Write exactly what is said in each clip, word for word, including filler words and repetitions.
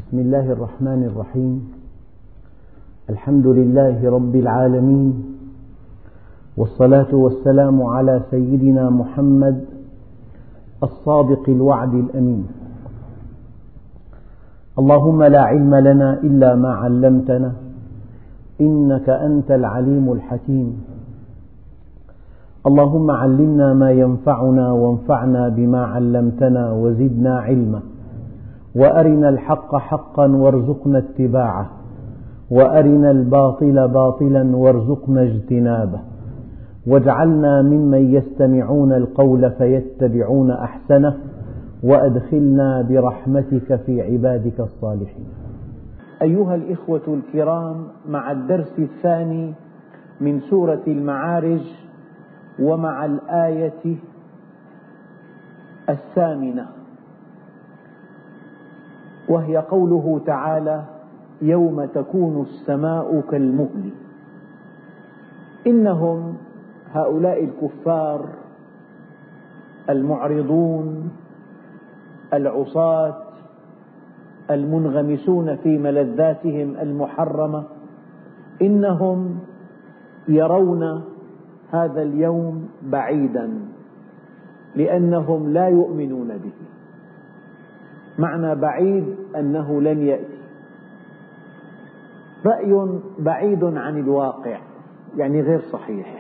بسم الله الرحمن الرحيم. الحمد لله رب العالمين، والصلاة والسلام على سيدنا محمد الصادق الوعد الأمين. اللهم لا علم لنا إلا ما علمتنا إنك أنت العليم الحكيم. اللهم علمنا ما ينفعنا وانفعنا بما علمتنا وزدنا علما، وأرنا الحق حقا وارزقنا اتباعه، وأرنا الباطل باطلا وارزقنا اجتنابه، واجعلنا ممن يستمعون القول فيتبعون أحسنه، وأدخلنا برحمتك في عبادك الصالحين. أيها الإخوة الكرام، مع الدرس الثاني من سورة المعارج، ومع الآية الثامنة، وهي قوله تعالى: يوم تكون السماء كالمهل. إنهم هؤلاء الكفار المعرضون العصاة المنغمسون في ملذاتهم المحرمة، إنهم يرون هذا اليوم بعيدا لأنهم لا يؤمنون به. معنى بعيد أنه لن يأتي، رأي بعيد عن الواقع، يعني غير صحيح.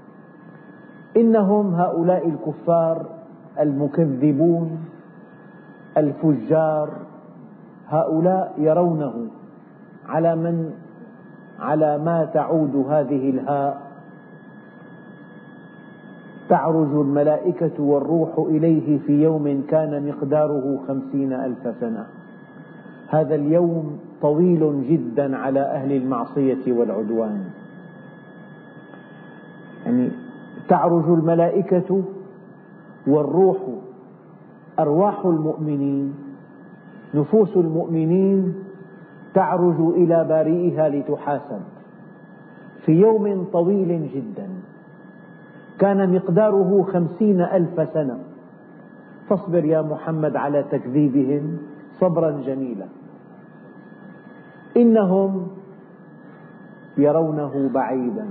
إنهم هؤلاء الكفار المكذبون الفجار، هؤلاء يرونه على من على ما تعود هذه الهاء. تعرج الملائكة والروح إليه في يوم كان مقداره خمسين ألف سنة. هذا اليوم طويل جدا على أهل المعصية والعدوان. يعني تعرج الملائكة والروح، أرواح المؤمنين، نفوس المؤمنين تعرج إلى بارئها لتحاسب في يوم طويل جدا كان مقداره خمسين ألف سنة. فاصبر يا محمد على تكذيبهم صبرا جميلا. إنهم يرونه بعيدا.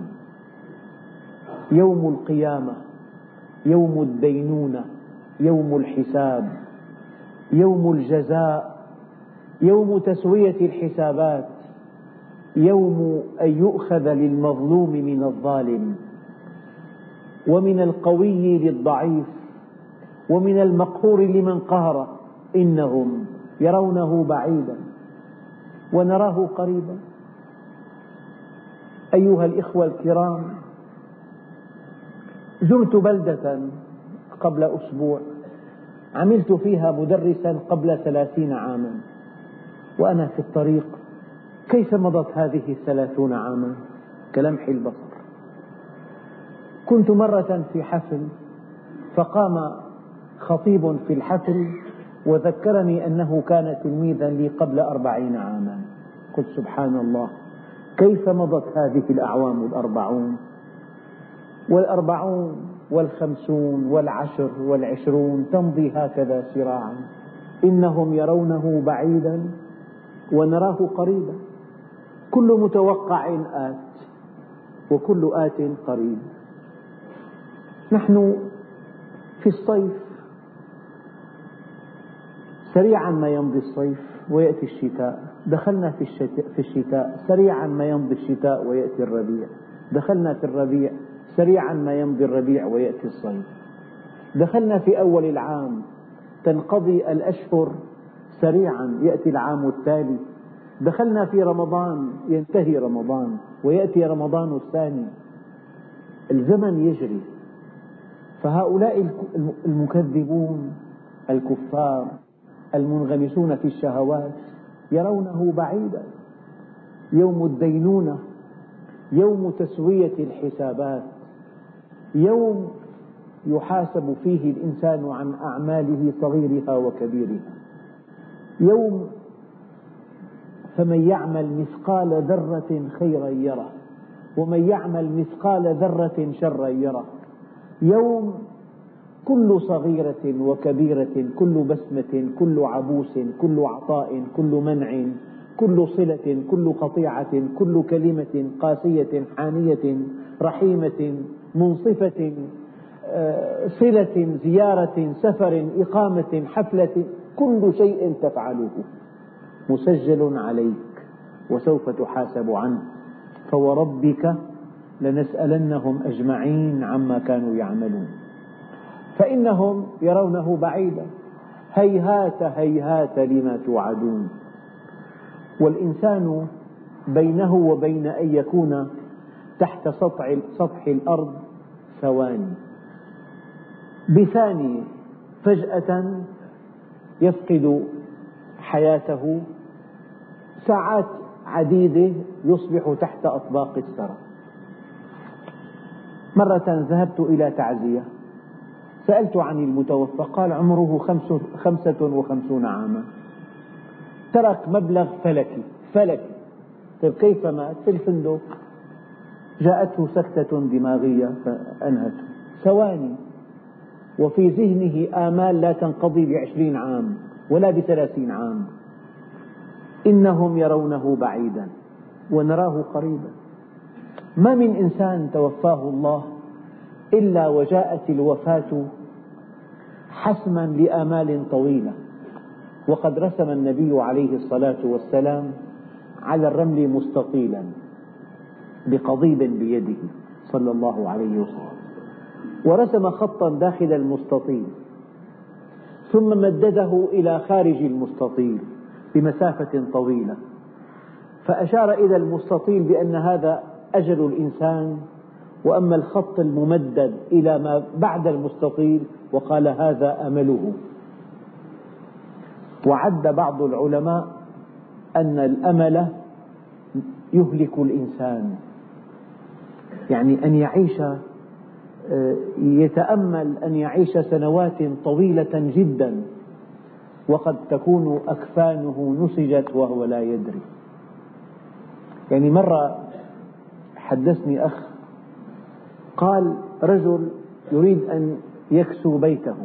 يوم القيامة، يوم الدينونة، يوم الحساب، يوم الجزاء، يوم تسوية الحسابات، يوم أن يؤخذ للمظلوم من الظالم، ومن القوي للضعيف، ومن المقهور لمن قهر. إنهم يرونه بعيدا ونراه قريبا. أيها الإخوة الكرام، زرت بلدة قبل أسبوع عملت فيها مدرسا قبل ثلاثين عاما، وأنا في الطريق كيف مضت هذه الثلاثون عاما كلمح البصر. كنت مرة في حفل، فقام خطيب في الحفل وذكرني أنه كان تلميذا لي قبل أربعين عاما. قلت سبحان الله، كيف مضت هذه الأعوام الأربعون والأربعون والخمسون والعشر والعشرون، تمضي هكذا سراعا. إنهم يرونه بعيدا ونراه قريبا. كل متوقع آت، وكل آت قريب. نحن في الصيف، سريعا ما يمضي الصيف ويأتي الشتاء. دخلنا في الشتاء, في الشتاء سريعا ما يمضي الشتاء ويأتي الربيع. دخلنا في الربيع سريعا ما يمضي الربيع ويأتي الصيف. دخلنا في أول العام، تنقضي الأشهر سريعا يأتي العام التالي. دخلنا في رمضان، ينتهي رمضان ويأتي رمضان الثاني. الزمن يجري. فهؤلاء المكذبون الكفار المنغمسون في الشهوات يرونه بعيدا. يوم الدينونة، يوم تسوية الحسابات، يوم يحاسب فيه الإنسان عن أعماله صغيرها وكبيرها. يوم فمن يعمل مثقال ذرة خيرا يره، ومن يعمل مثقال ذرة شرا يره. يوم كل صغيرة وكبيرة، كل بسمة، كل عبوس، كل عطاء، كل منع، كل صلة، كل قطيعة، كل كلمة قاسية حانية رحيمة منصفة، صلة، زيارة، سفر، إقامة، حفلة، كل شيء تفعله مسجل عليك وسوف تحاسب عنه. فوربك لنسألنهم أجمعين عما كانوا يعملون. فإنهم يرونه بعيدا، هيهات هيهات لما توعدون. والإنسان بينه وبين أن يكون تحت سطح, سطح الأرض ثواني، بثانية فجأة يفقد حياته، ساعات عديدة يصبح تحت أطباق الثرى. مرة ذهبت إلى تعزية، سألت عن المتوفى، قال عمره خمسة وخمسون عاما، ترك مبلغ فلكي فلكي. طيب كيف مات؟ في الفندق، جاءته سكتة دماغية فأنهته، ثواني، وفي ذهنه آمال لا تنقضي بعشرين عام ولا بثلاثين عام. إنهم يرونه بعيدا ونراه قريبا. ما من إنسان توفاه الله إلا وجاءت الوفاة حسما لآمال طويلة. وقد رسم النبي عليه الصلاة والسلام على الرمل مستطيلا بقضيب بيده صلى الله عليه وسلم، ورسم خطا داخل المستطيل، ثم مدده إلى خارج المستطيل بمسافة طويلة، فأشار إلى المستطيل بأن هذا أجل الإنسان، وأما الخط الممدد إلى ما بعد المستطيل وقال هذا أمله. وعد بعض العلماء أن الأمل يهلك الإنسان، يعني أن يعيش، يتأمل أن يعيش سنوات طويلة جدا وقد تكون أكفانه نسجت وهو لا يدري. يعني مرة حدثني أخ قال رجل يريد أن يكسو بيته،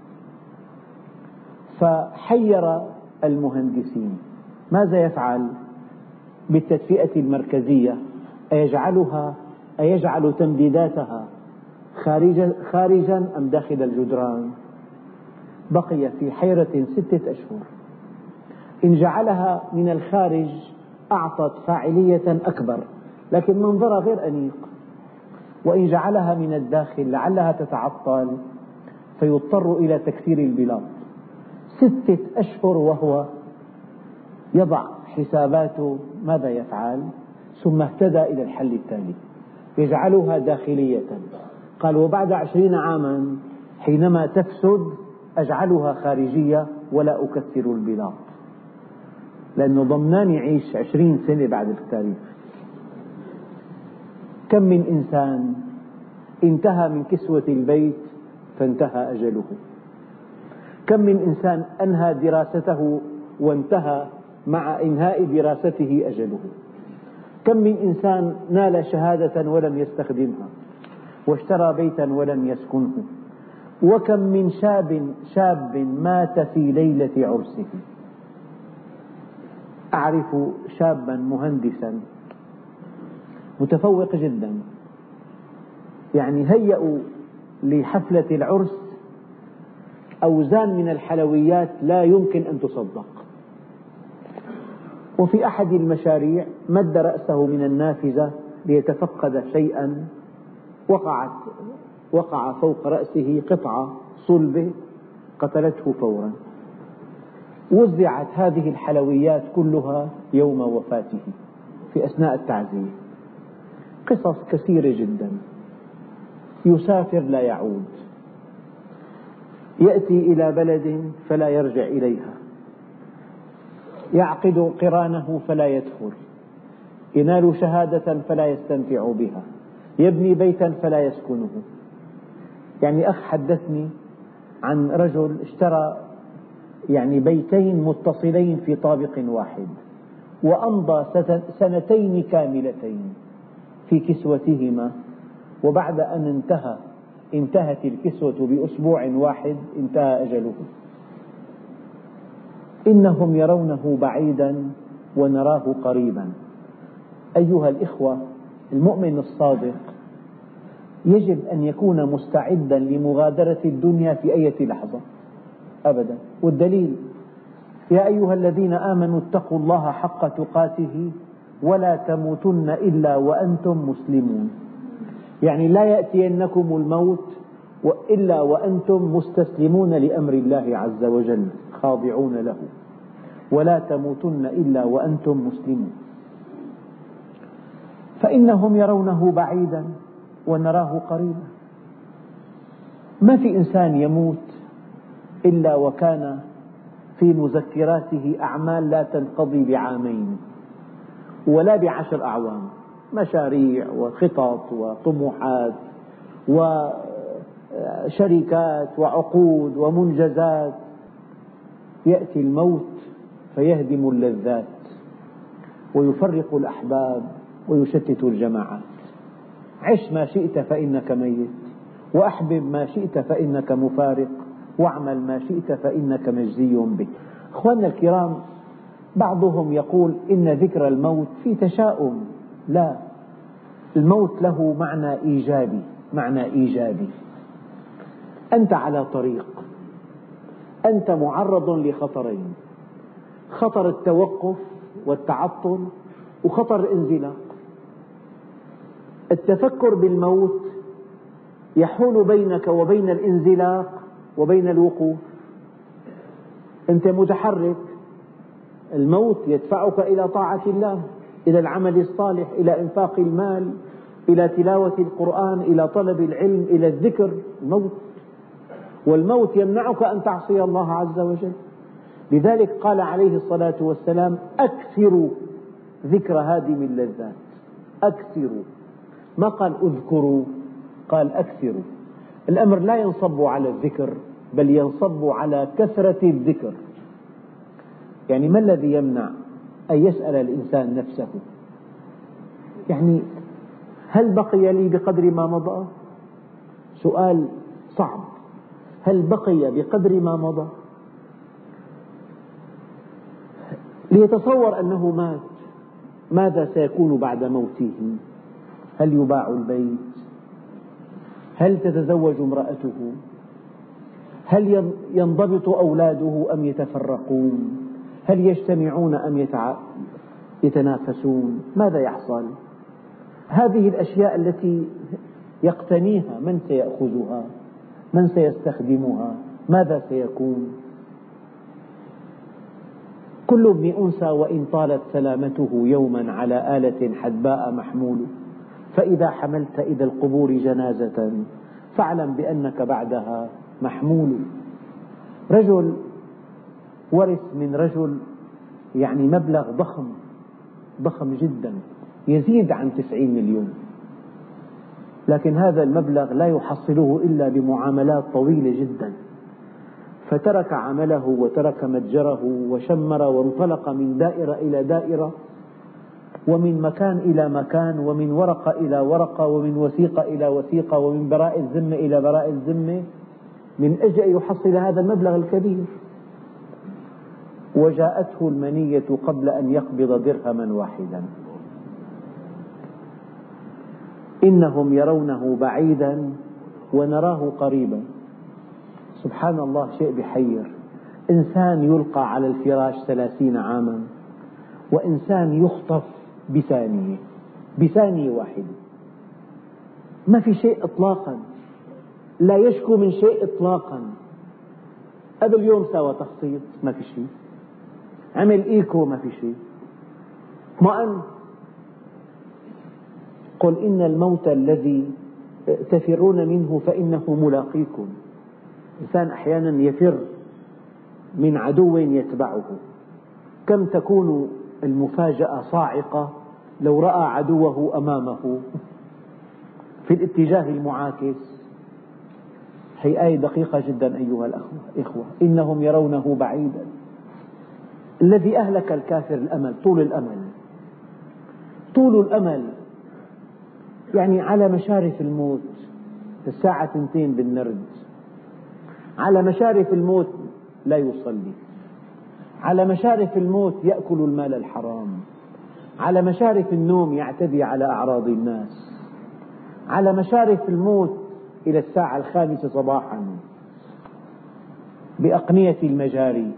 فحير المهندسين ماذا يفعل بالتدفئة المركزية، أيجعلها أيجعل تمديداتها خارجا, خارجا أم داخل الجدران؟ بقي في حيرة ستة أشهر. إن جعلها من الخارج أعطت فاعلية أكبر لكن منظرها غير أنيق، وإن جعلها من الداخل لعلها تتعطل فيضطر إلى تكسير البلاط. ستة أشهر وهو يضع حساباته ماذا يفعل، ثم اهتدى إلى الحل التالي، يجعلها داخلية. قال وبعد عشرين عاما حينما تفسد أجعلها خارجية ولا أكسر البلاط، لأنه ضمنان يعيش عشرين سنة بعد التاريخ. كم من إنسان انتهى من كسوة البيت فانتهى أجله، كم من إنسان أنهى دراسته وانتهى مع إنهاء دراسته أجله، كم من إنسان نال شهادة ولم يستخدمها واشترى بيتا ولم يسكنه، وكم من شاب شاب مات في ليلة عرسه. أعرف شابا مهندسا متفوق جدا، يعني هيئوا لحفلة العرس أوزان من الحلويات لا يمكن أن تصدق، وفي أحد المشاريع مد رأسه من النافذة ليتفقد شيئا، وقعت وقع فوق رأسه قطعة صلبة قتلته فورا. وزعت هذه الحلويات كلها يوم وفاته في أثناء التعزية. قصص كثيرة جدا. يسافر لا يعود، يأتي إلى بلد فلا يرجع إليها، يعقد قرانه فلا يدخل، ينال شهادة فلا يستنفع بها، يبني بيتا فلا يسكنه. يعني أخ حدثني عن رجل اشترى يعني بيتين متصلين في طابق واحد، وأمضى سنتين كاملتين في كسوتهما، وبعد أن انتهى انتهت الكسوة بأسبوع واحد انتهى أجله. إنهم يرونه بعيدا ونراه قريبا. أيها الإخوة، المؤمن الصادق يجب أن يكون مستعدا لمغادرة الدنيا في أي لحظة أبدا. والدليل: يا أيها الذين آمنوا اتقوا الله حق تقاته ولا تموتن إلا وأنتم مسلمون. يعني لا يأتينكم الموت إلا وأنتم مستسلمون لأمر الله عز وجل خاضعون له، ولا تموتن إلا وأنتم مسلمون. فإنهم يرونه بعيدا ونراه قريبا. ما في إنسان يموت إلا وكان في مذكراته أعمال لا تنقضي بعامين ولا بعشر أعوام، مشاريع وخطط وطموحات وشركات وعقود ومنجزات. يأتي الموت فيهدم اللذات ويفرق الأحباب ويشتت الجماعات. عش ما شئت فإنك ميت، وأحبب ما شئت فإنك مفارق، واعمل ما شئت فإنك مجزي به. أخواننا الكرام، بعضهم يقول إن ذكر الموت في تشاؤم. لا، الموت له معنى إيجابي، معنى إيجابي. أنت على طريق، أنت معرض لخطرين: خطر التوقف والتعطل، وخطر الانزلاق. التفكر بالموت يحول بينك وبين الانزلاق وبين الوقوف. أنت متحرك، الموت يدفعك إلى طاعة الله، إلى العمل الصالح، إلى إنفاق المال، إلى تلاوة القرآن، إلى طلب العلم، إلى الذكر. الموت والموت يمنعك أن تعصي الله عز وجل. لذلك قال عليه الصلاة والسلام: أكثروا ذكر هادم اللذات. أكثروا، ما قال أذكروا، قال أكثروا. الأمر لا ينصب على الذكر بل ينصب على كثرة الذكر. يعني ما الذي يمنع أن يسأل الإنسان نفسه؟ يعني هل بقي لي بقدر ما مضى؟ سؤال صعب. هل بقي بقدر ما مضى؟ ليتصور أنه مات، ماذا سيكون بعد موته؟ هل يباع البيت؟ هل تتزوج امرأته؟ هل ينضبط أولاده أم يتفرقون؟ هل يجتمعون أم يتنافسون؟ ماذا يحصل؟ هذه الأشياء التي يقتنيها من سيأخذها؟ من سيستخدمها؟ ماذا سيكون؟ كل ابن أنثى وإن طالت سلامته يوما على آلة حدباء محمول، فإذا حملت إلى القبور جنازة فاعلم بأنك بعدها محمول. رجل ورث من رجل يعني مبلغ ضخم ضخم جدا، يزيد عن تسعين مليون، لكن هذا المبلغ لا يحصله إلا بمعاملات طويلة جدا. فترك عمله وترك متجره وشمر وانطلق من دائرة إلى دائرة، ومن مكان إلى مكان، ومن ورقة إلى ورقة، ومن وثيقة إلى وثيقة، ومن براء الذمة إلى براء الذمة، من أجل أن يحصل هذا المبلغ الكبير. وجاءته المنية قبل أن يقبض درهما واحدا. إنهم يرونه بعيدا ونراه قريبا. سبحان الله، شيء بحير. إنسان يلقى على الفراش ثلاثين عاما، وإنسان يخطف بثانية، بثانية واحدة. ما في شيء إطلاقا، لا يشكو من شيء إطلاقا. قبل يوم سوى تخطيط، ما في شيء. عمل إيكو، ما في شيء. ما أن قل إن الموت الذي تفرون منه فإنه ملاقيكم. الإنسان أحيانا يفر من عدو يتبعه. كم تكون المفاجأة صاعقة لو رأى عدوه أمامه في الاتجاه المعاكس. هي آية دقيقة جدا أيها الأخوة. إنهم يرونه بعيدا. الذي أهلك الكافر الأمل، طول الأمل. طول الأمل يعني على مشارف الموت، الساعة اثنتين بالنرد، على مشارف الموت لا يصلي، على مشارف الموت يأكل المال الحرام، على مشارف النوم يعتدي على أعراض الناس، على مشارف الموت إلى الساعة الخامسة صباحا بأقنية المجاري،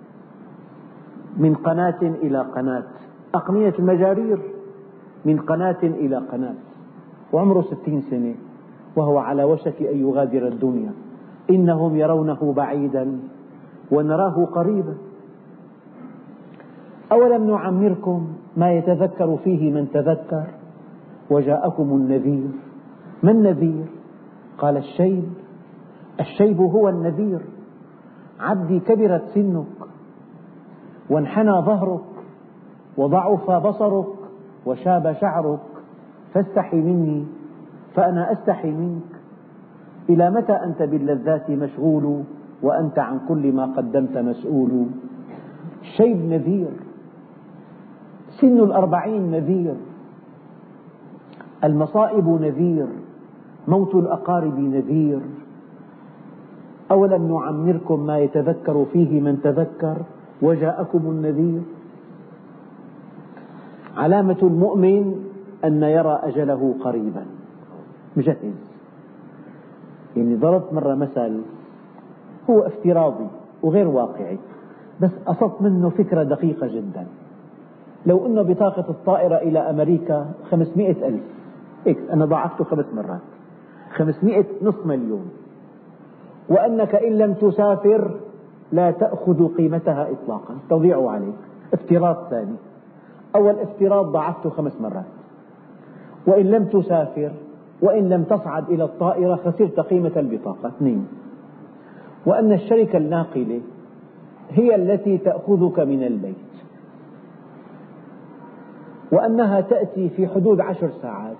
من قناة إلى قناة، أقنية المجارير من قناة إلى قناة، وعمره ستين سنة وهو على وشك أن يغادر الدنيا. إنهم يرونه بعيدا ونراه قريبا. أولم نعمركم ما يتذكر فيه من تذكر وجاءكم النذير. ما النذير؟ قال الشيب. الشيب هو النذير. عبدي كبرت سنك وانحنى ظهرك وضعف بصرك وشاب شعرك، فاستحي مني فأنا أستحي منك. إلى متى أنت باللذات مشغول وأنت عن كل ما قدمت مسؤول؟ الشيب نذير، سن الأربعين نذير، المصائب نذير، موت الأقارب نذير. أولم نعمركم ما يتذكر فيه من تذكر وجاءكم النذير. علامة المؤمن أن يرى أجله قريبا، مجهز. يعني ضربت مرة مثل هو افتراضي وغير واقعي، بس أصبت منه فكرة دقيقة جدا. لو أن بطاقة الطائرة إلى أمريكا خمسمئة ألف، هيك أنا ضاعفته خمس مرات، خمسمئة نصف مليون، وأنك إن لم تسافر لا تأخذ قيمتها إطلاقا، تضيع عليك. افتراض ثاني. أول افتراض ضاعفته خمس مرات، وإن لم تسافر وإن لم تصعد إلى الطائرة خسرت قيمة البطاقة. اثنين، وأن الشركة الناقلة هي التي تأخذك من البيت، وأنها تأتي في حدود عشر ساعات،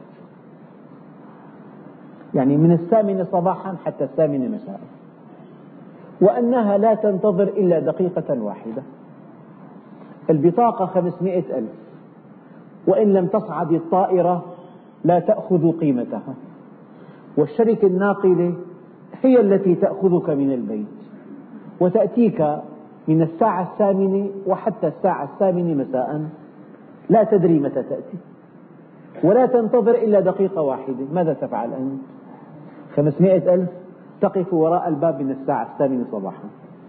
يعني من الثامنة صباحا حتى الثامنة مساء، وأنها لا تنتظر إلا دقيقة واحدة. البطاقة خمسمئة ألف، وإن لم تصعد الطائرة لا تأخذ قيمتها، والشركة الناقلة هي التي تأخذك من البيت وتأتيك من الساعة الثامنة وحتى الساعة الثامنة مساء، لا تدري متى تأتي ولا تنتظر إلا دقيقة واحدة. ماذا تفعل أنت؟ خمسمئة ألف تقف وراء الباب من الساعة الثامنة صباحا،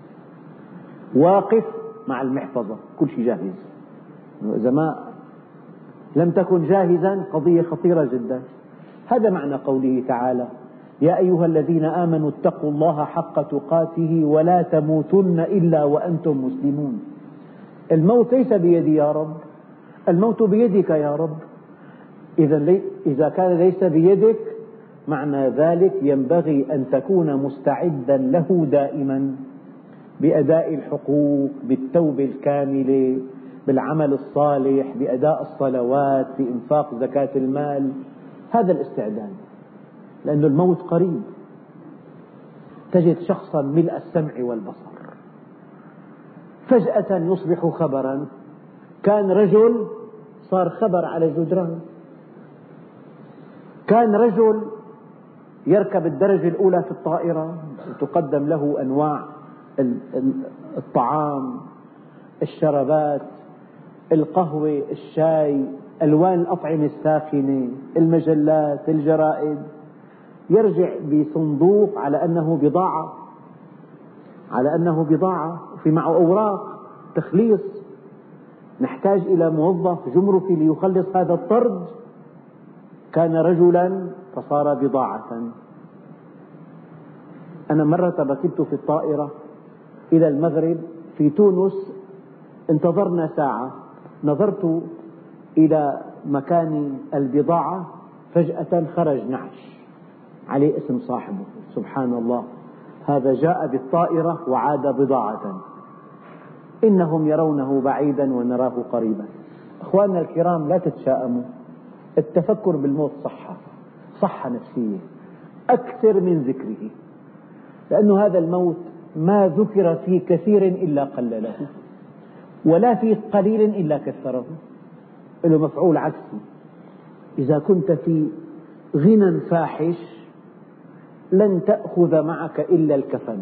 واقف مع المحفظة، كل شيء جاهز. إذا ما لم تكن جاهزا قضية خطيرة جدا. هذا معنى قوله تعالى: يا أيها الذين آمنوا اتقوا الله حق تقاته ولا تموتن إلا وأنتم مسلمون. الموت ليس بيدي يا رب، الموت بيدك يا رب. إذا كان ليس بيدك معنى ذلك ينبغي أن تكون مستعدا له دائما بأداء الحقوق، بالتوبة الكاملة، بالعمل الصالح، بأداء الصلوات، بإنفاق زكاة المال. هذا الاستعداد، لأن الموت قريب. تجد شخصا ملء السمع والبصر فجأة يصبح خبرا، كان رجل صار خبر على الجدران. كان رجل يركب الدرجة الأولى في الطائرة، تقدم له أنواع الطعام، الشربات، القهوة، الشاي، ألوان الأطعمة الساخنة، المجلات، الجرائد. يرجع بصندوق على أنه بضاعة، على أنه بضاعة في معه أوراق تخليص. نحتاج إلى موظف جمركي ليخلص هذا الطرد. كان رجلا فصار بضاعة. أنا مرة ركبت في الطائرة إلى المغرب في تونس، انتظرنا ساعة، نظرت إلى مكان البضاعة فجأة خرج نعش عليه اسم صاحبه. سبحان الله، هذا جاء بالطائرة وعاد بضاعة. إنهم يرونه بعيدا ونراه قريبا. أخواننا الكرام، لا تتشائموا. التفكر بالموت صحة، صحة نفسية أكثر من ذكره، لأن هذا الموت ما ذكر في كثير إلا قلله، ولا في قليل إلا كثره، له مفعول عكسي. إذا كنت في غنى فاحش لن تأخذ معك إلا الكفن،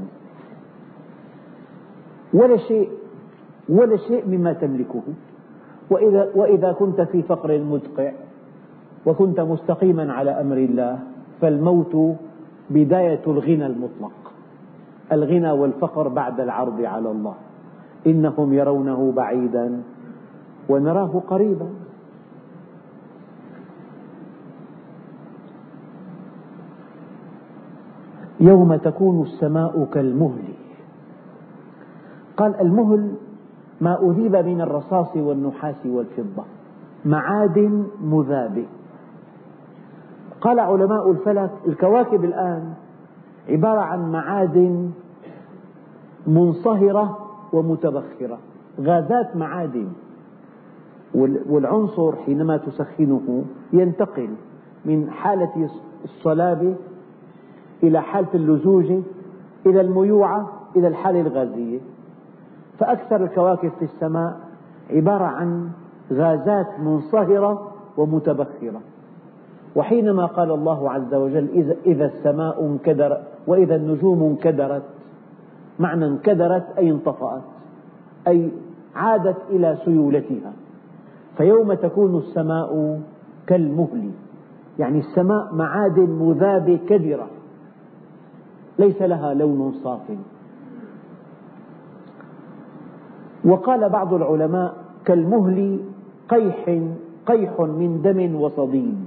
ولا شيء ولا شيء مما تملكه. وإذا, وإذا كنت في فقر مدقع وكنت مستقيما على أمر الله، فالموت بداية الغنى المطلق. الغنى والفقر بعد العرض على الله. إنهم يرونه بعيدا ونراه قريبا. يوم تكون السماء كالمهل. قال المهل ما أذيب من الرصاص والنحاس والفضة، معادن مذابة. قال علماء الفلك الكواكب الآن عبارة عن معادن منصهرة ومتبخرة، غازات معادن، والعنصر حينما تسخنه ينتقل من حالة الصلابة إلى حالة اللزوجة إلى الميوعة إلى الحالة الغازية. فأكثر الكواكب في السماء عبارة عن غازات منصهرة ومتبخرة. وحينما قال الله عز وجل إذا السماء انكدرت وإذا النجوم انكدرت، معنى انكدرت أي انطفأت، أي عادت إلى سيولتها. فيوم تكون السماء كالمهل، يعني السماء معادن مذابة كدرة ليس لها لون صاف. وقال بعض العلماء كالمهل قيح قيح من دم وصديد،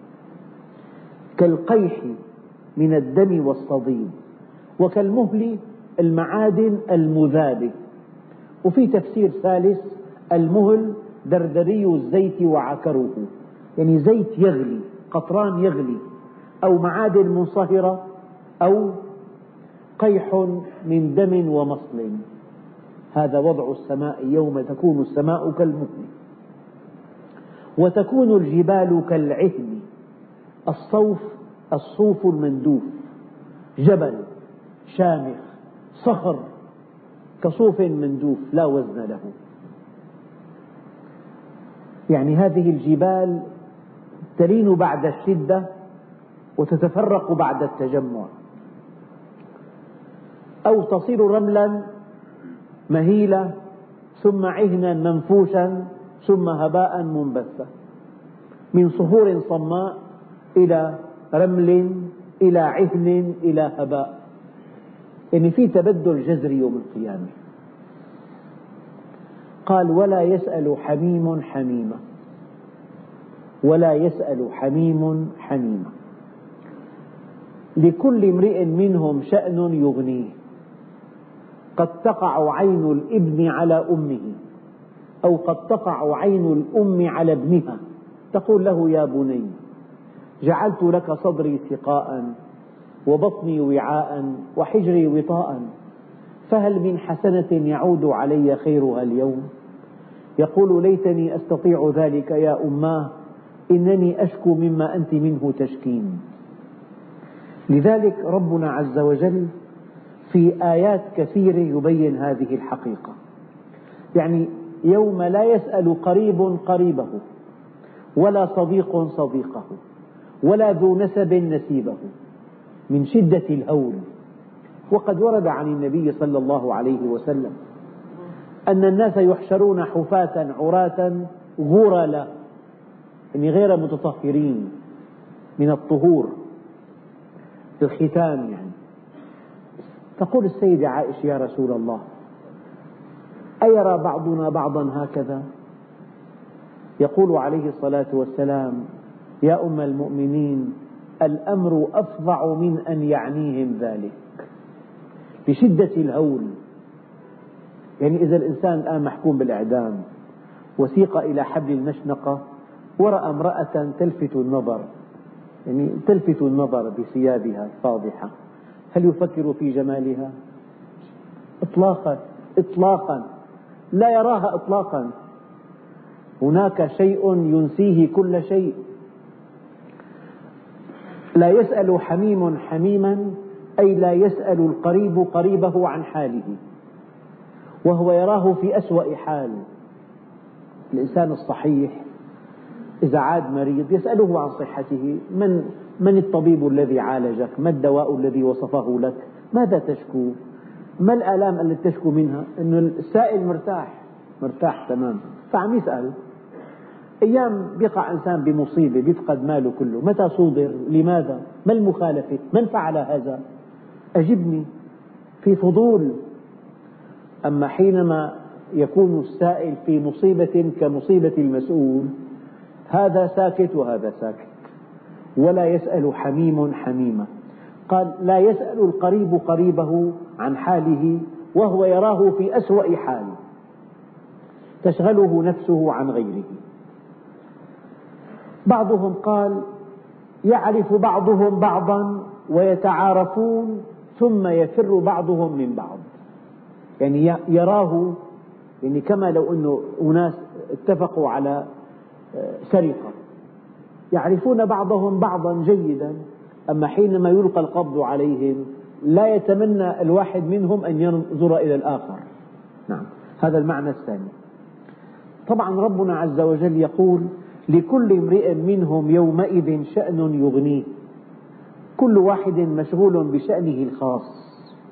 كالقيح من الدم والصديد، وكالمهل المعادن المذابة. وفي تفسير ثالث المهل دردري الزيت وعكره، يعني زيت يغلي، قطران يغلي، أو معادن منصهرة، أو قيح من دم ومصل. هذا وضع السماء يوم تكون السماء كالمهل. وتكون الجبال كالعهن، الصوف الصوف المندوف، جبل شامخ صخر كصوف مندوف لا وزن له. يعني هذه الجبال تلين بعد الشدة وتتفرق بعد التجمع، أو تصير رملا مهيلة ثم عهنا منفوشا ثم هباء منبثا، من صخور صماء إلى رمل إلى عهن إلى هباء. يعني في تبدل جذري يوم القيامة. قال ولا يسأل حميم حميما، ولا يسأل حميم حميما، لكل امرئ منهم شأن يغنيه، قد تقع عين الابن على أمه، أو قد تقع عين الأم على ابنها تقول له يا بني جعلت لك صدري سقاء وبطني وعاء وحجري وطاء، فهل من حسنة يعود علي خيرها اليوم؟ يقول ليتني أستطيع ذلك يا أماه، إنني أشكو مما أنت منه تشكين. لذلك ربنا عز وجل في آيات كثيرة يبين هذه الحقيقة. يعني يوم لا يسأل قريب قريبه، ولا صديق صديقه، ولا ذو نسب نسيبه، من شدة الهول. وقد ورد عن النبي صلى الله عليه وسلم أن الناس يحشرون حفاة عراة غرلا، يعني غير متطهرين من الطهور الختان. يعني تقول السيدة عائشة يا رسول الله أيرى بعضنا بعضا هكذا؟ يقول عليه الصلاة والسلام يا أم المؤمنين الأمر أفظع من أن يعنيهم ذلك، بشدة الهول. يعني إذا الإنسان الآن محكوم بالإعدام وسيق إلى حبل المشنقة ورأى امرأة تلفت النظر، يعني تلفت النظر بثيابها الفاضحة، هل يفكر في جمالها؟ إطلاقا إطلاقا لا يراها إطلاقا. هناك شيء ينسيه كل شيء. لا يسأل حميم حميما، أي لا يسأل القريب قريبه عن حاله، وهو يراه في أسوأ حال. الإنسان الصحيح إذا عاد مريض يسأله عن صحته، من من الطبيب الذي عالجك؟ ما الدواء الذي وصفه لك؟ ماذا تشكو؟ ما الآلام التي تشكو منها؟ أن السائل مرتاح مرتاح تمام، فعم يسأل. أيام بيقع إنسان بمصيبة بيفقد ماله كله، متى صودر؟ لماذا؟ ما المخالفة؟ من فعل هذا؟ أجبني، في فضول. أما حينما يكون السائل في مصيبة كمصيبة المسؤول، هذا ساكت وهذا ساكت، ولا يسأل حميم حميمة. قال: لا يسأل القريب قريبه عن حاله وهو يراه في أسوأ حال، تشغله نفسه عن غيره. بعضهم قال: يعرف بعضهم بعضا ويتعارفون ثم يفر بعضهم من بعض، يعني يراه، يعني كما لو أنه أناس اتفقوا على سرقة، يعرفون بعضهم بعضا جيدا، أما حينما يلقى القبض عليهم لا يتمنى الواحد منهم أن ينظر إلى الآخر. نعم، هذا المعنى الثاني. طبعا ربنا عز وجل يقول: لكل امرئ منهم يومئذ شأن يغنيه، كل واحد مشغول بشأنه الخاص.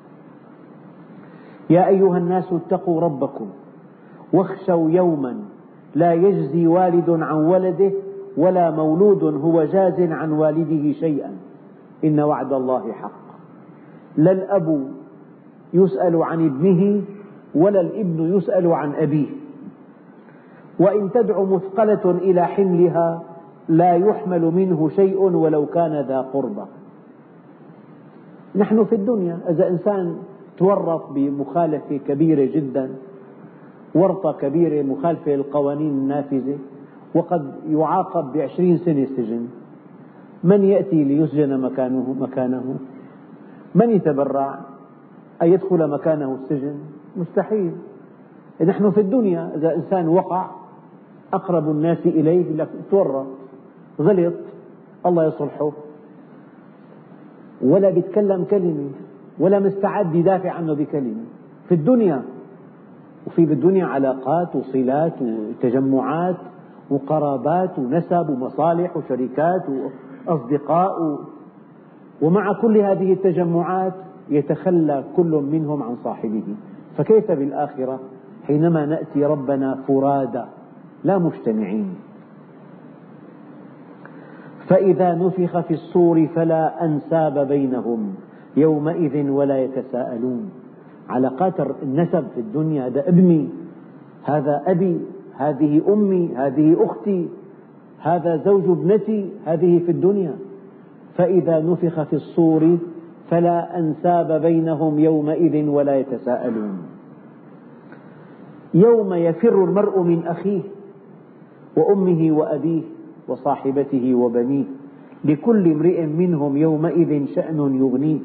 يا أيها الناس اتقوا ربكم واخشوا يوما لا يجزي والد عن ولده ولا مولود هو جاز عن والده شيئا إن وعد الله حق. لا الأب يسأل عن ابنه ولا الابن يسأل عن أبيه، وإن تدع مثقلة إلى حملها لا يحمل منه شيء ولو كان ذا قربى. نحن في الدنيا إذا إنسان تورط بمخالفة كبيرة جدا، ورطة كبيرة، مخالفة للقوانين النافذة، وقد يعاقب بعشرين سنة سجن، من يأتي ليسجن مكانه مكانه؟ من يتبرع أن يدخل مكانه السجن؟ مستحيل. نحن في الدنيا إذا إنسان وقع أقرب الناس إليه لك تورط، غلط، الله يصلحه، ولا بيتكلم كلمة ولا مستعد يدافع عنه بكلمة في الدنيا. وفي بالدنيا علاقات وصلات وتجمعات وقرابات ونسب ومصالح وشركات وأصدقاء، ومع كل هذه التجمعات يتخلى كل منهم عن صاحبه. فكيف بالآخرة حينما نأتي ربنا فرادى لا مجتمعين؟ فإذا نفخ في الصور فلا أنساب بينهم يومئذ ولا يتساءلون. علاقات النسب في الدنيا، هذا ابني، هذا أبي، هذه أمي، هذه أختي، هذا زوج ابنتي، هذه في الدنيا. فإذا نفخ في الصور فلا أنساب بينهم يومئذ ولا يتساءلون. يوم يفر المرء من أخيه وأمه وأبيه وصاحبته وبنيه لكل امرئ منهم يومئذ شأن يغنيه.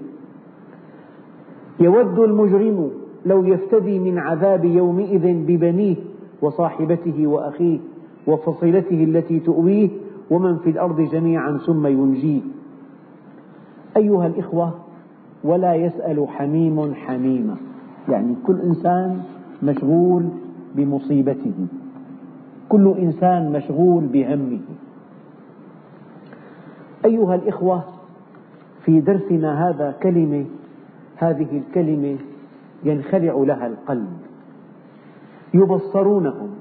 يود المجرم لو يفتدي من عذاب يومئذ ببنيه وصاحبته وأخيه وفصيلته التي تؤويه ومن في الأرض جميعا ثم ينجيه. أيها الإخوة، ولا يسأل حميم حميمة، يعني كل إنسان مشغول بمصيبته، كل إنسان مشغول بهمه. أيها الإخوة، في درسنا هذا كلمة، هذه الكلمة ينخلع لها القلب. يبصرونهم،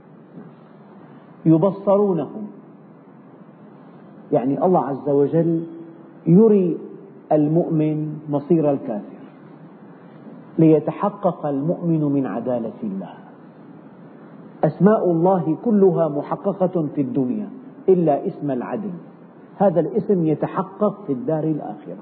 يبصرونهم، يعني الله عز وجل يري المؤمن مصير الكافر ليتحقق المؤمن من عدالة الله. أسماء الله كلها محققة في الدنيا إلا اسم العدل، هذا الاسم يتحقق في الدار الآخرة.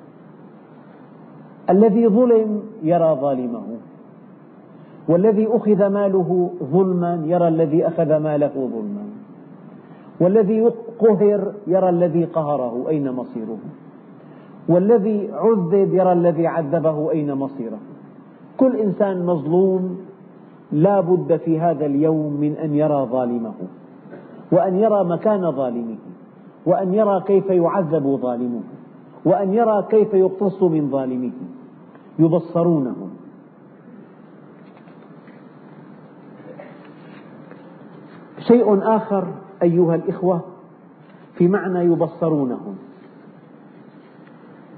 الذي ظلم يرى ظالمه، والذي أخذ ماله ظلما يرى الذي أخذ ماله ظلما، والذي قهر يرى الذي قهره أين مصيره، والذي عذب يرى الذي عذبه أين مصيره. كل إنسان مظلوم لا بد في هذا اليوم من أن يرى ظالمه، وأن يرى مكان ظالمه، وأن يرى كيف يعذب ظالمه، وأن يرى كيف يقتص من ظالمه. يبصرونهم. شيء آخر أيها الإخوة في معنى يبصرونهم،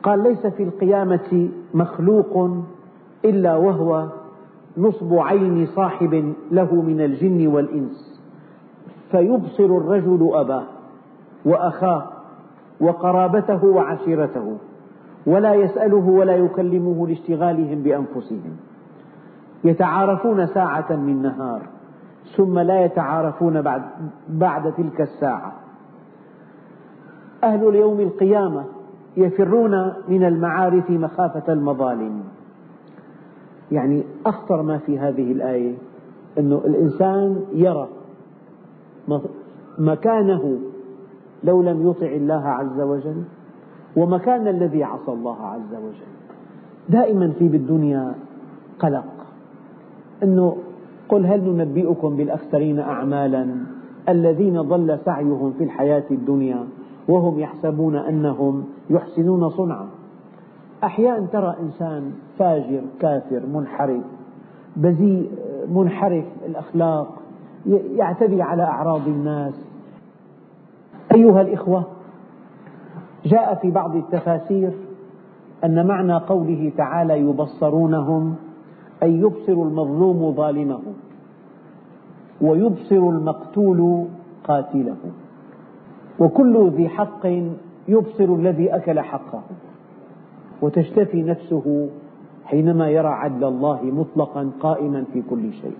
قال ليس في القيامة مخلوق إلا وهو نصب عين صاحب له من الجن والإنس، فيبصر الرجل أباه وأخاه وقرابته وعشيرته، ولا يسأله ولا يكلمه لاشتغالهم بأنفسهم، يتعارفون ساعة من نهار ثم لا يتعارفون بعد, بعد تلك الساعة. أهل اليوم القيامة يفرون من المعارف مخافة المظالم. يعني أخطر ما في هذه الآية أن الإنسان يرى مكانه لو لم يطع الله عز وجل ومكان الذي عصى الله عز وجل. دائما في بالدنيا قلق، أنه قل هل ننبئكم بالأخسرين أعمالا الذين ضل سعيهم في الحياة الدنيا وهم يحسبون أنهم يحسنون صنعا. أحيانا ترى إنسان فاجر كافر منحرف بذيء منحرف الأخلاق يعتدي على أعراض الناس. أيها الإخوة، جاء في بعض التفاسير أن معنى قوله تعالى يبصرونهم أي يبصر المظلوم ظالمه ويبصر المقتول قاتله، وكل ذي حق يبصر الذي أكل حقه، وتشتفي نفسه حينما يرى عدل الله مطلقا قائما في كل شيء.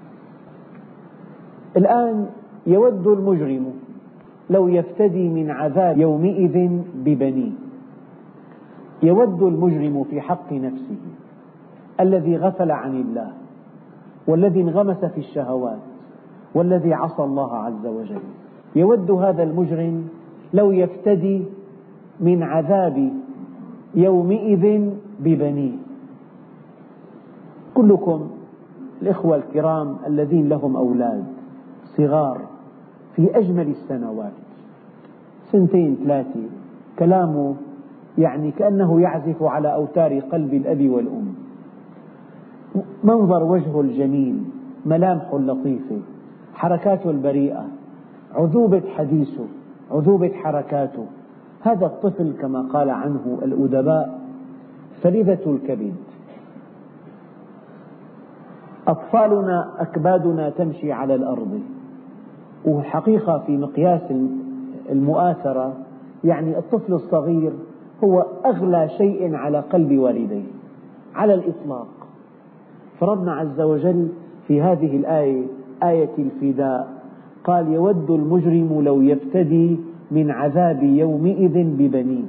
الآن يود المجرم لو يفتدي من عذاب يومئذ ببنيه. يود المجرم في حق نفسه الذي غفل عن الله والذي انغمس في الشهوات والذي عصى الله عز وجل، يود هذا المجرم لو يفتدي من عذاب يومئذ ببنيه. كلكم الإخوة الكرام الذين لهم أولاد صغار في أجمل السنوات، سنتين ثلاثة، كلامه يعني كأنه يعزف على أوتار قلب الأب والأم، منظر وجهه الجميل، ملامحه اللطيفة، حركاته البريئة، عذوبة حديثه، عذوبة حركاته. هذا الطفل كما قال عنه الأدباء فريدة الكبد. أطفالنا أكبادنا تمشي على الأرض، وحقيقة في مقياس المؤاثرة يعني الطفل الصغير هو أغلى شيء على قلب والديه على الإطلاق. فربنا عز وجل في هذه الآية آية الفداء قال يود المجرم لو يفتدي من عذاب يومئذ ببنيه.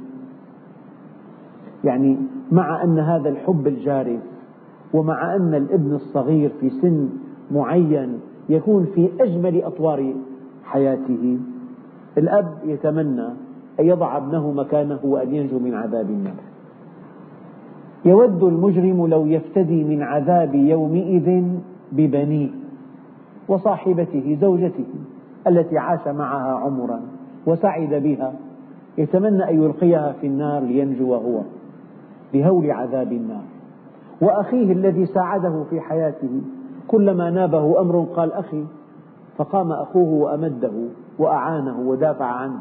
يعني مع أن هذا الحب الجارف ومع أن الابن الصغير في سن معين يكون في أجمل أطوار حياته، الأب يتمنى أن يضع ابنه مكانه وأن ينجو من عذاب النار. يود المجرم لو يفتدي من عذاب يومئذ ببنيه وصاحبته زوجته التي عاش معها عمرا وسعد بها، يتمنى أن يلقيها في النار لينجو هو بهول عذاب النار، وأخيه الذي ساعده في حياته كلما نابه أمر قال أخي، فقام أخوه وأمده وأعانه ودافع عنه،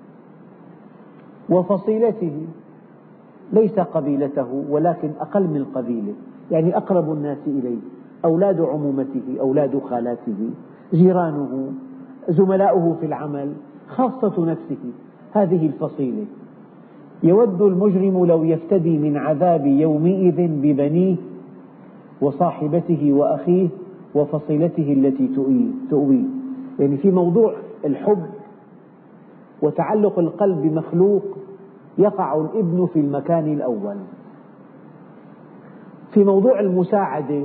وفصيلته ليس قبيلته ولكن أقل من قبيله، يعني أقرب الناس إليه، أولاد عمومته، أولاد خالاته، جيرانه، زملاؤه في العمل، خاصة نفسه، هذه الفصيلة. يود المجرم لو يفتدي من عذاب يومئذ ببنيه وصاحبته وأخيه وفصيلته التي تؤويه. يعني في موضوع الحب وتعلق القلب بمخلوق يقع الابن في المكان الأول. في موضوع المساعدة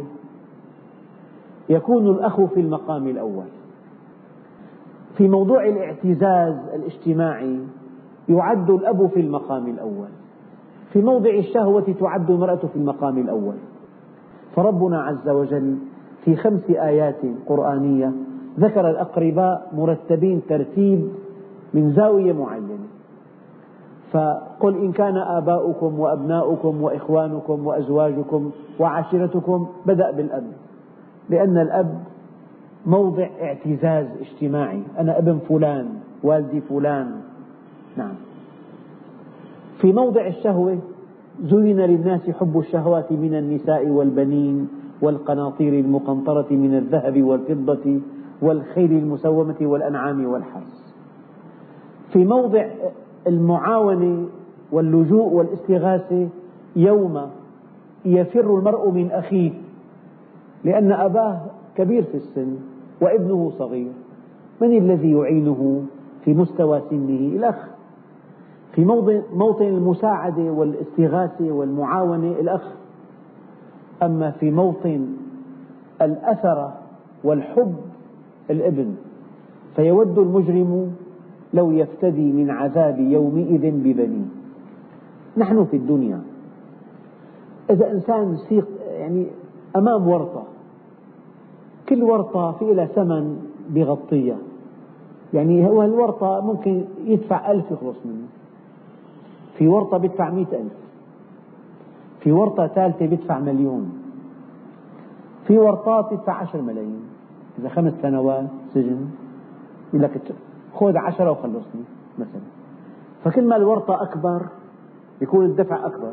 يكون الأخ في المقام الأول. في موضوع الاعتزاز الاجتماعي يعد الأب في المقام الأول. في موضع الشهوة تعد المرأة في المقام الأول. فربنا عز وجل في خمس آيات قرآنية ذكر الأقرباء مرتبين ترتيب من زاوية معينة. فقل إن كان آباؤكم وأبناؤكم وإخوانكم وأزواجكم وعشيرتكم، بدأ بالأب، لأن الأب موضع اعتزاز اجتماعي، أنا ابن فلان، والدي فلان. نعم. في موضع الشهوة زين للناس حب الشهوات من النساء والبنين والقناطير المقنطرة من الذهب والفضة والخيل المسومة والأنعام والحرث. في موضع المعاونة واللجوء والاستغاثة يوم يفر المرء من أخيه لأن أباه كبير في السن وابنه صغير، من الذي يعينه في مستوى سنه؟ الأخ. في موطن المساعدة والاستغاثة والمعاونة الأخ. أما في موطن الأثر والحب الابن، فيود المجرم لو يفتدي من عذاب يومئذ ببنيه. نحن في الدنيا إذا إنسان يعني أمام ورطة، كل ورطة في لها ثمن بيغطيها، يعني هو الورطة ممكن يدفع ألف يخلص منه، في ورطة بيدفع مئة ألف، في ورطة ثالثة بيدفع مليون، في ورطات بيدفع عشر ملايين. إذا خمس سنوات سجن يقول لك خذ عشرة وخلصني مثلا. فكل ما الورطة أكبر يكون الدفع أكبر.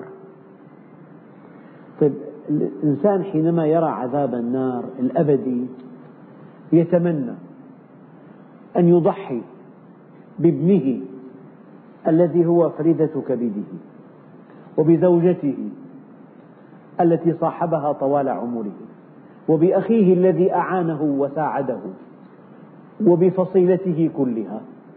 طيب الإنسان حينما يرى عذاب النار الأبدي يتمنى أن يضحي بابنه الذي هو فريدة كبده، وبزوجته التي صاحبها طوال عمره، وبأخيه الذي أعانه وساعده، وبفصيلته كلها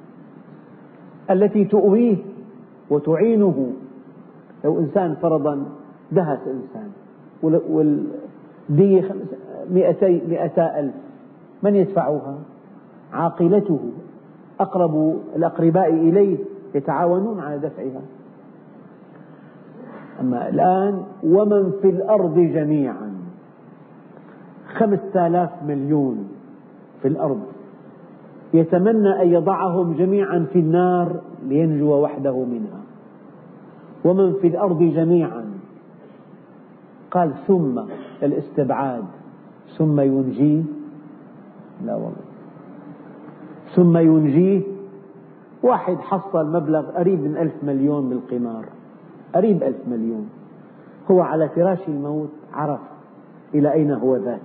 التي تؤويه وتعينه. لو إنسان فرضا دهس إنسان والدية مئتا ألف، من يدفعها؟ عاقلته، أقرب الأقرباء إليه يتعاونون على دفعها. أما الآن ومن في الأرض جميعا، خمسة آلاف مليون في الأرض، يتمنى أن يضعهم جميعا في النار لينجو وحده منها. ومن في الأرض جميعا، قال ثم الاستبعاد، ثم ينجيه؟ لا والله، ثم ينجيه. واحد حصل مبلغ قريب من ألف مليون بالقمار، قريب ألف مليون، هو على فراش الموت عرف إلى أين هو ذاهب.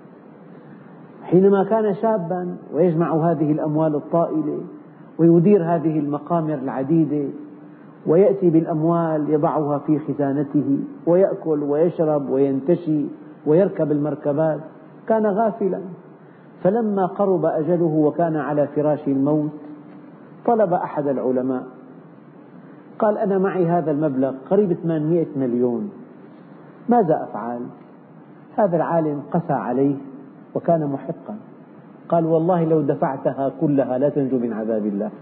حينما كان شابا ويجمع هذه الأموال الطائلة ويدير هذه المقامر العديدة ويأتي بالأموال يضعها في خزانته ويأكل ويشرب وينتشي ويركب المركبات، كان غافلا. فلما قرب أجله وكان على فراش الموت طلب أحد العلماء، قال أنا معي هذا المبلغ قريب ثمانمئة مليون، ماذا أفعل؟ هذا العالم قسى عليه وكان محقا، قال والله لو دفعتها كلها لا تنجو من عذاب الله.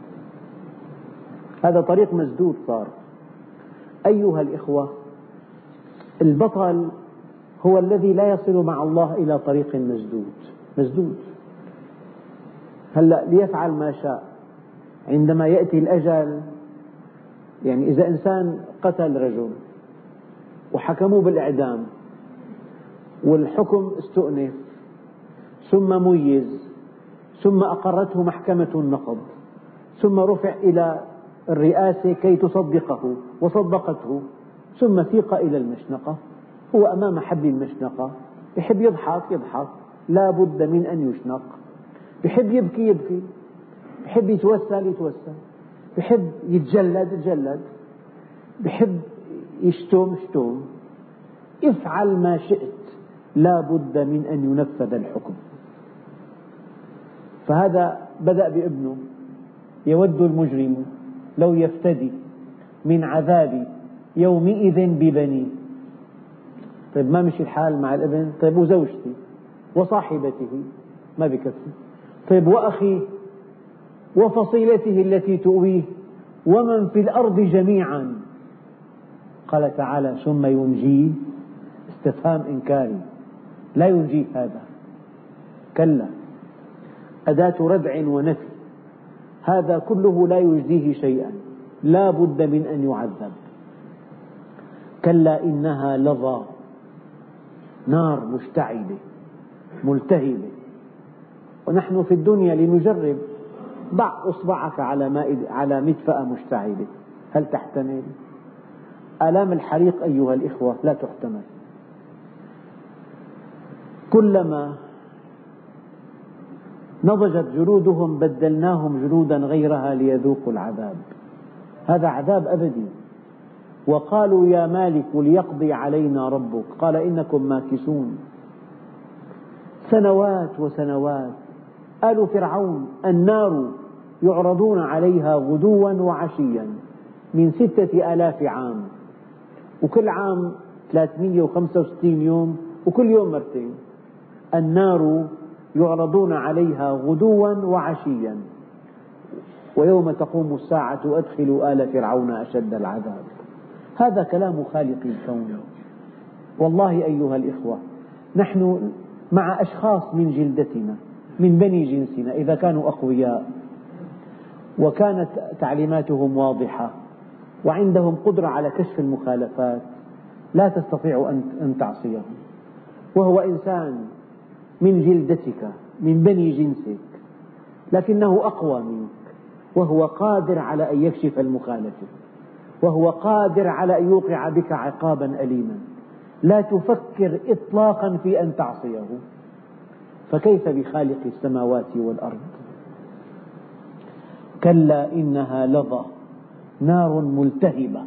هذا طريق مسدود صار. أيها الإخوة، البطل هو الذي لا يصل مع الله إلى طريق مسدود مسدود. هلأ ليفعل ما شاء، عندما يأتي الأجل، يعني إذا إنسان قتل رجل وحكموه بالإعدام والحكم استؤنف ثم ميز ثم أقرته محكمة النقض ثم رفع إلى الرئاسة كي تصدقه وصدقته ثم سيق إلى المشنقة، هو أمام حبل المشنقة، يحب يضحك يضحك، لا بد من أن يشنق، يحب يبكي يبكي، يحب يتوسل يتوسل، يحب يتجلد يتجلد، يحب يشتم يشتم، افعل ما شئت، لا بد من أن ينفذ الحكم. فهذا بدأ بابنه، يود المجرم لو يفتدي من عذاب يومئذ ببنيه. طيب ما مشي الحال مع الابن؟ طيب وزوجتي وصاحبته؟ ما بكفي. طيب وأخيه وفصيلته التي تؤويه ومن في الأرض جميعا. قال تعالى ثم ينجيه، استفهام إنكاري، لا ينجيه هذا، كلا، أداة ردع ونفي، هذا كله لا يجزيه شيئا، لا بد من أن يعذب. كلا إنها لظى، نار مشتعلة ملتهبة، ونحن في الدنيا لنجرب، ضع أصبعك على على مدفأة مشتعلة، هل تحتمل؟ آلام الحريق أيها الإخوة لا تحتمل. كلما نضجت جلودهم بدلناهم جلودا غيرها ليذوقوا العذاب. هذا عذاب أبدي. وقالوا يا مالك ليقضي علينا ربك قال إنكم ماكثون. سنوات وسنوات. آل فرعون النار يعرضون عليها غدوا وعشيا من ستة آلاف عام، وكل عام ثلاثمئة وخمسة وستين يوم، وكل يوم مرتين. النار يعرضون عليها غدوا وعشيا ويوم تقوم الساعة أدخلوا آل فرعون أشد العذاب. هذا كلام خالق الكون. والله أيها الإخوة، نحن مع أشخاص من جلدتنا من بني جنسنا إذا كانوا أقوياء وكانت تعليماتهم واضحة وعندهم قدرة على كشف المخالفات لا تستطيع أن تعصيهم، وهو إنسان من جلدتك من بني جنسك لكنه أقوى منك، وهو قادر على أن يكشف المخالفة، وهو قادر على أن يوقع بك عقابا أليما، لا تفكر إطلاقا في أن تعصيه، فكيف بخالق السماوات والأرض؟ كلا إنها لظى نار ملتهبة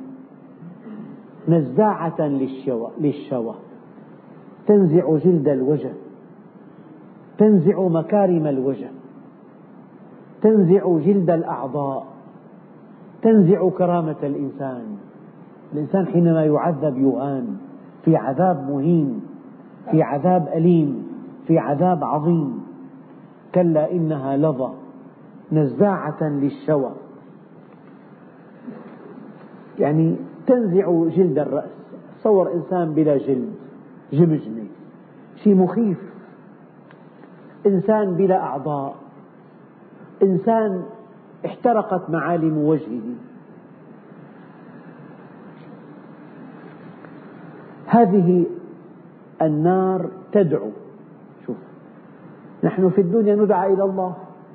نزاعة للشوى, للشوى تنزع جلد الوجه، تنزع مكارم الوجه، تنزع جلد الأعضاء، تنزع كرامة الإنسان. الإنسان حينما يعذب يهان في عذاب مهين، في عذاب أليم، في عذاب عظيم. كلا إنها لظى نزاعة للشوى، يعني تنزع جلد الرأس. تصور إنسان بلا جلد، جمجمة، شيء مخيف. إنسان بلا أعضاء، إنسان احترقت معالم وجهه. هذه النار تدعو. شوف، نحن في الدنيا ندعى إلى الله،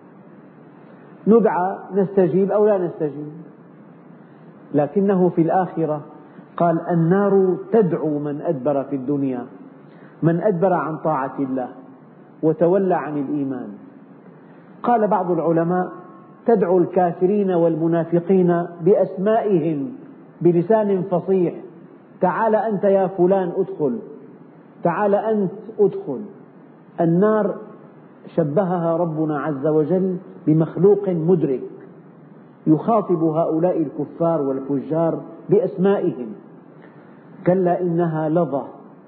ندعى نستجيب أو لا نستجيب، لكنه في الآخرة قال النار تدعو من أدبر في الدنيا، من أدبر عن طاعة الله وتولى عن الإيمان. قال بعض العلماء تدعو الكافرين والمنافقين بأسمائهم بلسان فصيح: تعال أنت يا فلان أدخل، تعال أنت أدخل. النار شبهها ربنا عز وجل بمخلوق مدرك يخاطب هؤلاء الكفار والفجار بأسمائهم. كلا إنها لظى،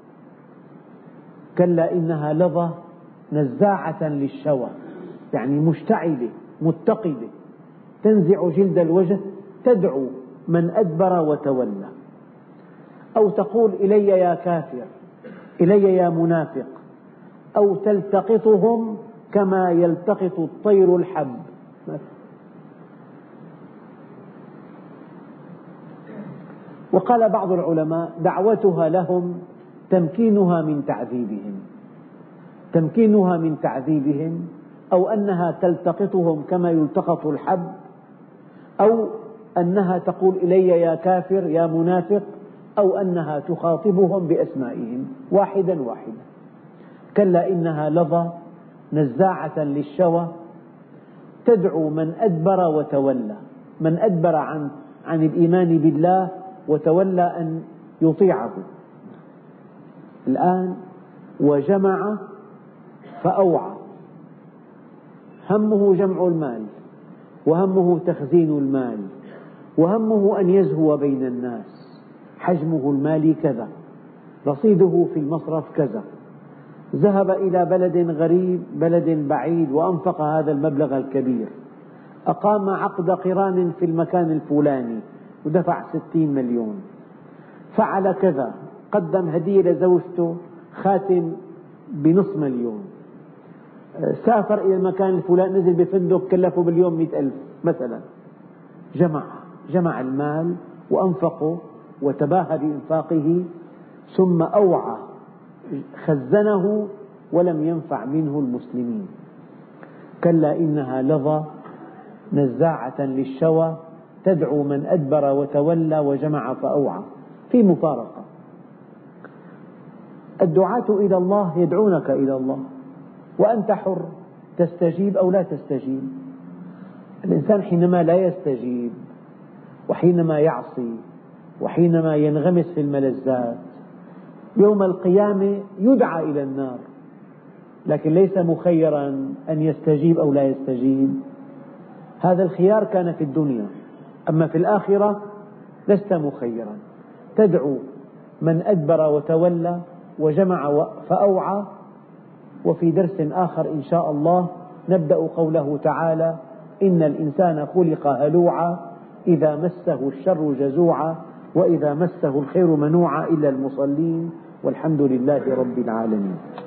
كلا إنها لظى نزاعة للشوى، يعني مشتعلة متقدة، تنزع جلد الوجه، تدعو من أدبر وتولى. أو تقول إلي يا كافر، إلي يا منافق، أو تلتقطهم كما يلتقط الطير الحب. وقال بعض العلماء دعوتها لهم تمكينها من تعذيبهم، تمكينها من تعذيبهم، أو أنها تلتقطهم كما يلتقط الحب، أو أنها تقول إلي يا كافر يا منافق، أو أنها تخاطبهم بأسمائهم واحدا واحدا. كلا إنها لظى نزاعة للشوى تدعو من أدبر وتولى، من أدبر عن, عن الإيمان بالله وتولى أن يطيعه. الآن وجمع فأوعى، همه جمع المال، وهمه تخزين المال، وهمه أن يزهو بين الناس. حجمه المالي كذا، رصيده في المصرف كذا، ذهب إلى بلد غريب، بلد بعيد، وأنفق هذا المبلغ الكبير، أقام عقد قران في المكان الفلاني ودفع ستين مليون، فعل كذا، قدم هدية لزوجته خاتم بنصف مليون، سافر إلى المكان الفلاني، نزل بفندق كلفه باليوم مئة ألف مثلا. جمع جمع المال وأنفقه وتباهى بإنفاقه، ثم أوعى، خزنه ولم ينفع منه المسلمين. كلا إنها لظى نزاعة للشوى تدعو من أدبر وتولى وجمع فأوعى. في مفارقة. الدعاة إلى الله يدعونك إلى الله وأنت حر تستجيب أو لا تستجيب. الإنسان حينما لا يستجيب وحينما يعصي وحينما ينغمس في الملذات يوم القيامة يدعى إلى النار، لكن ليس مخيرا أن يستجيب أو لا يستجيب. هذا الخيار كان في الدنيا، أما في الآخرة لست مخيرا. تدعو من أدبر وتولى وجمع فأوعى. وفي درس آخر إن شاء الله نبدأ قوله تعالى: إن الإنسان خلق هلوعا إذا مسه الشر جزوعا وإذا مسه الخير منوعا إلا المصلين والحمد لله رب العالمين.